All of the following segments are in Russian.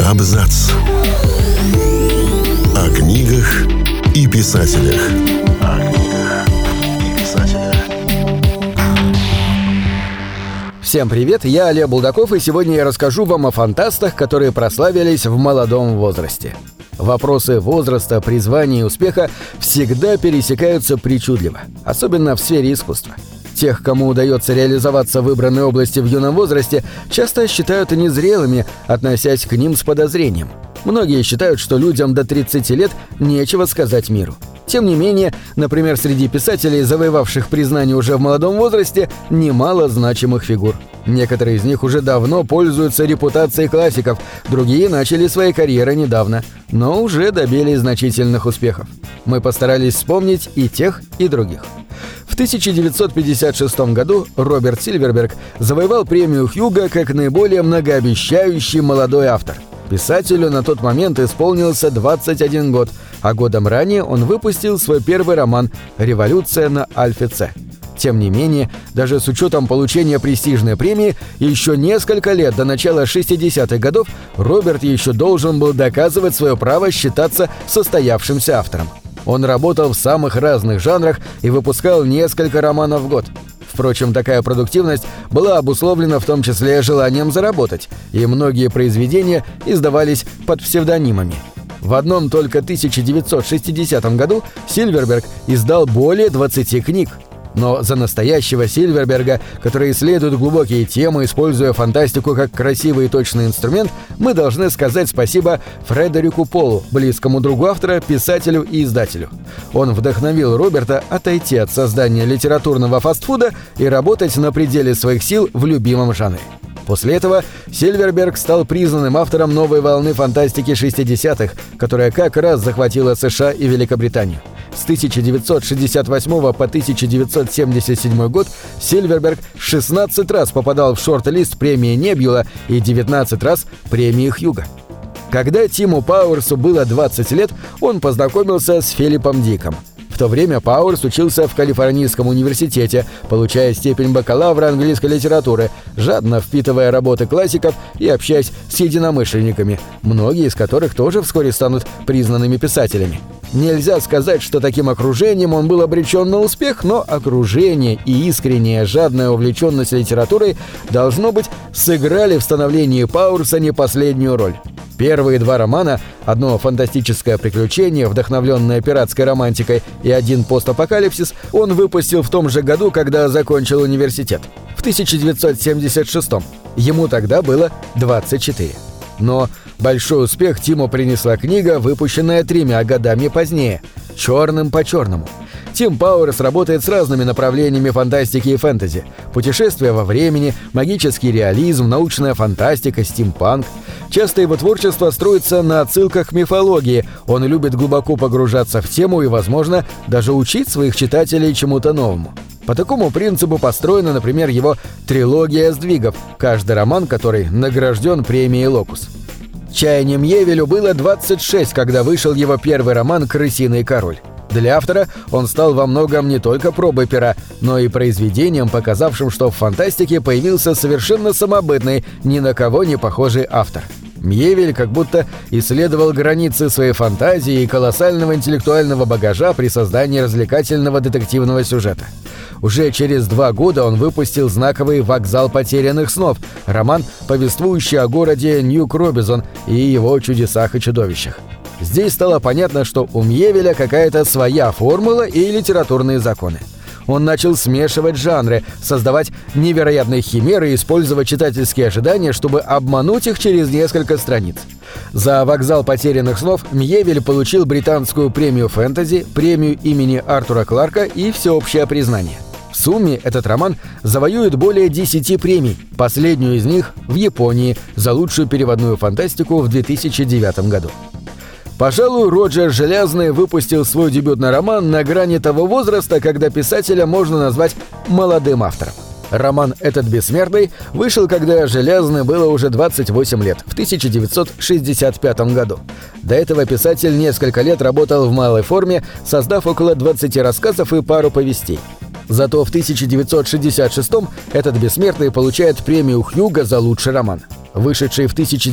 Абзац. О книгах и писателях. Всем привет, я Олег Булдаков, и сегодня я расскажу вам о фантастах, которые прославились в молодом возрасте. Вопросы возраста, призвания и успеха всегда пересекаются причудливо, особенно в сфере искусства. Тех, кому удается реализоваться в выбранной области в юном возрасте, часто считают незрелыми, относясь к ним с подозрением. Многие считают, что людям до 30 лет нечего сказать миру. Тем не менее, например, среди писателей, завоевавших признание уже в молодом возрасте, немало значимых фигур. Некоторые из них уже давно пользуются репутацией классиков, другие начали свои карьеры недавно, но уже добились значительных успехов. Мы постарались вспомнить и тех, и других. В 1956 году Роберт Сильверберг завоевал премию Хьюго как наиболее многообещающий молодой автор. Писателю на тот момент исполнился 21 год, а годом ранее он выпустил свой первый роман «Революция на Альфе-С». Тем не менее, даже с учетом получения престижной премии, еще несколько лет до начала 60-х годов Роберт еще должен был доказывать свое право считаться состоявшимся автором. Он работал в самых разных жанрах и выпускал несколько романов в год. Впрочем, такая продуктивность была обусловлена в том числе желанием заработать, и многие произведения издавались под псевдонимами. В одном только 1960 году Сильверберг издал более 20 книг. Но за настоящего Сильверберга, который исследует глубокие темы, используя фантастику как красивый и точный инструмент, мы должны сказать спасибо Фредерику Полу, близкому другу автора, писателю и издателю. Он вдохновил Роберта отойти от создания литературного фастфуда и работать на пределе своих сил в любимом жанре. После этого Сильверберг стал признанным автором новой волны фантастики 60-х, которая как раз захватила США и Великобританию. С 1968 по 1977 год Сильверберг 16 раз попадал в шорт-лист премии Небьюла и 19 раз премии Хьюго. Когда Тиму Пауэрсу было 20 лет, он познакомился с Филиппом Диком. В то время Пауэрс учился в Калифорнийском университете, получая степень бакалавра английской литературы, жадно впитывая работы классиков и общаясь с единомышленниками, многие из которых тоже вскоре станут признанными писателями. Нельзя сказать, что таким окружением он был обречен на успех, но окружение и искренняя жадная увлеченность литературой, должно быть, сыграли в становлении Пауэрса не последнюю роль. Первые два романа, одно фантастическое приключение, вдохновленное пиратской романтикой, и один постапокалипсис, он выпустил в том же году, когда закончил университет, в 1976-м. Ему тогда было 24. Но большой успех Тиму принесла книга, выпущенная 3 годами позднее «Черным по черному». Тим Пауэрс работает с разными направлениями фантастики и фэнтези: путешествия во времени, магический реализм, научная фантастика, стимпанк. Часто его творчество строится на отсылках к мифологии, он любит глубоко погружаться в тему и, возможно, даже учить своих читателей чему-то новому. По такому принципу построена, например, его трилогия сдвигов, каждый роман который награжден премией «Локус». Чаянием Мьевилю было 26, когда вышел его первый роман «Крысиный король». Для автора он стал во многом не только пробой пера, но и произведением, показавшим, что в фантастике появился совершенно самобытный, ни на кого не похожий автор. Мьевиль как будто исследовал границы своей фантазии и колоссального интеллектуального багажа при создании развлекательного детективного сюжета. Уже через 2 года он выпустил знаковый «Вокзал потерянных снов», роман, повествующий о городе Нью-Робизон и его чудесах и чудовищах. Здесь стало понятно, что у Мьевиля какая-то своя формула и литературные законы. Он начал смешивать жанры, создавать невероятные химеры и использовать читательские ожидания, чтобы обмануть их через несколько страниц. За «Вокзал потерянных снов» Мьевиль получил британскую премию фэнтези, премию имени Артура Кларка и всеобщее признание. В сумме этот роман завоюет более 10 премий, последнюю из них в Японии за лучшую переводную фантастику в 2009 году. Пожалуй, Роджер Желязный выпустил свой дебютный роман на грани того возраста, когда писателя можно назвать молодым автором. Роман «Этот бессмертный» вышел, когда Желязный было уже 28 лет, в 1965 году. До этого писатель несколько лет работал в малой форме, создав около 20 рассказов и пару повестей. Зато в 1966-м «Этот бессмертный» получает премию Хьюго за лучший роман. Вышедший в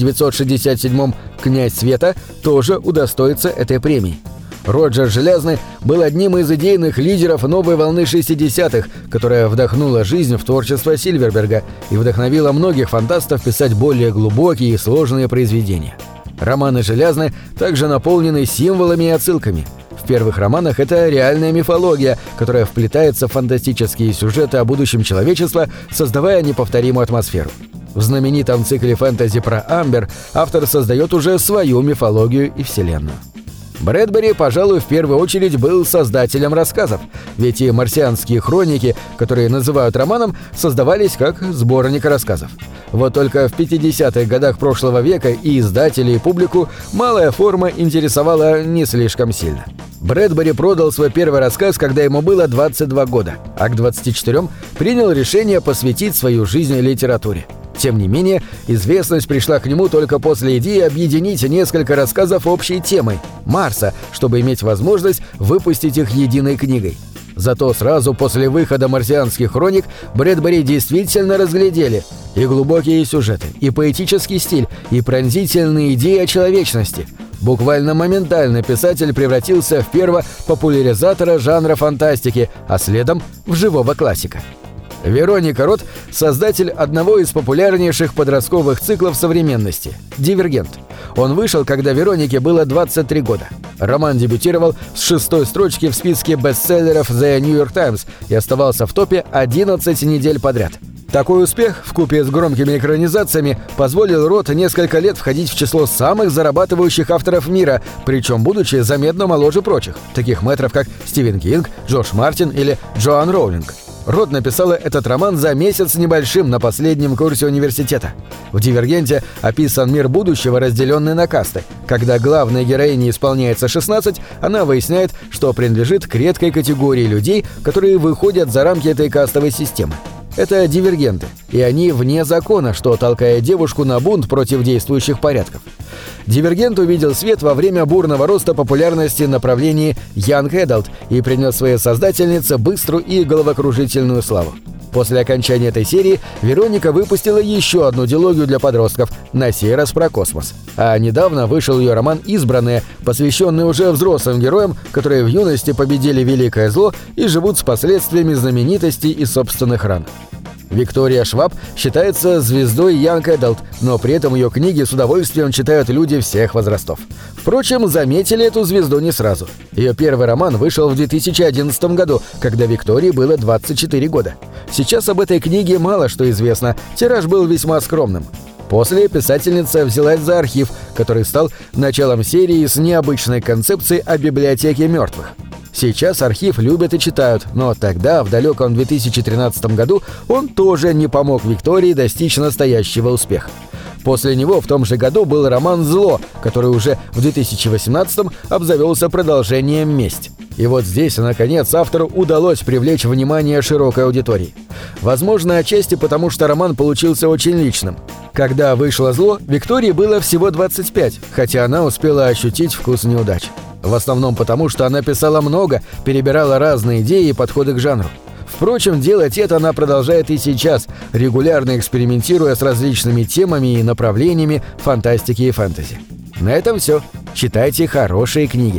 1967-м «Князь света» тоже удостоится этой премии. Роджер Желязный был одним из идейных лидеров новой волны 60-х, которая вдохнула жизнь в творчество Сильверберга и вдохновила многих фантастов писать более глубокие и сложные произведения. Романы Желязны также наполнены символами и отсылками. В первых романах это реальная мифология, которая вплетается в фантастические сюжеты о будущем человечества, создавая неповторимую атмосферу. В знаменитом цикле фэнтези про Амбер автор создает уже свою мифологию и вселенную. Брэдбери, пожалуй, в первую очередь был создателем рассказов, ведь и «Марсианские хроники», которые называют романом, создавались как сборник рассказов. Вот только в 50-х годах прошлого века и издателей, и публику малая форма интересовала не слишком сильно. Брэдбери продал свой первый рассказ, когда ему было 22 года, а к 24 принял решение посвятить свою жизнь литературе. Тем не менее, известность пришла к нему только после идеи объединить несколько рассказов общей темой – Марса, чтобы иметь возможность выпустить их единой книгой. Зато сразу после выхода «Марсианских хроник» Брэдбери действительно разглядели и глубокие сюжеты, и поэтический стиль, и пронзительные идеи о человечности. Буквально моментально писатель превратился в первого популяризатора жанра фантастики, а следом – в живого классика. Вероника Рот – создатель одного из популярнейших подростковых циклов современности – «Дивергент». Он вышел, когда Веронике было 23 года. Роман дебютировал с 6-й строчки в списке бестселлеров The New York Times и оставался в топе 11 недель подряд. Такой успех, вкупе с громкими экранизациями, позволил Рот несколько лет входить в число самых зарабатывающих авторов мира, причем будучи заметно моложе прочих, таких мэтров, как Стивен Кинг, Джордж Мартин или Джоан Роулинг. Рот написала этот роман за месяц небольшим на последнем курсе университета. В «Дивергенте» описан мир будущего, разделенный на касты. Когда главной героине исполняется 16, она выясняет, что принадлежит к редкой категории людей, которые выходят за рамки этой кастовой системы. Это дивергенты, и они вне закона, что толкает девушку на бунт против действующих порядков. «Дивергент» увидел свет во время бурного роста популярности направлений Young Adult и принес своей создательнице быструю и головокружительную славу. После окончания этой серии Вероника выпустила еще одну дилогию для подростков, на сей раз про космос. А недавно вышел ее роман «Избранные», посвященный уже взрослым героям, которые в юности победили великое зло и живут с последствиями знаменитостей и собственных ран. Виктория Шваб считается звездой Young Adult, но при этом ее книги с удовольствием читают люди всех возрастов. Впрочем, заметили эту звезду не сразу. Ее первый роман вышел в 2011 году, когда Виктории было 24 года. Сейчас об этой книге мало что известно, тираж был весьма скромным. После писательница взялась за архив, который стал началом серии с необычной концепцией о библиотеке мертвых. Сейчас архив любят и читают, но тогда, в далеком 2013 году, он тоже не помог Виктории достичь настоящего успеха. После него в том же году был роман «Зло», который уже в 2018-м обзавелся продолжением «Месть». И вот здесь, наконец, автору удалось привлечь внимание широкой аудитории. Возможно, отчасти потому, что роман получился очень личным. Когда вышло «Зло», Виктории было всего 25, хотя она успела ощутить вкус неудач. В основном потому, что она писала много, перебирала разные идеи и подходы к жанру. Впрочем, делать это она продолжает и сейчас, регулярно экспериментируя с различными темами и направлениями фантастики и фэнтези. На этом все. Читайте хорошие книги.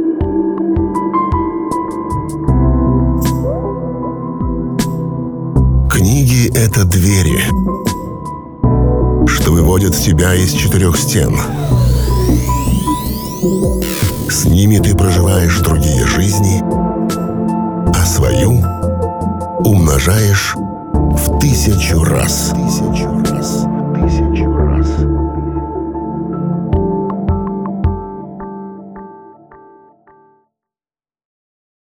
Книги — это двери, что выводят тебя из четырех стен. С ними ты проживаешь другие жизни, а свою умножаешь в 1000 раз.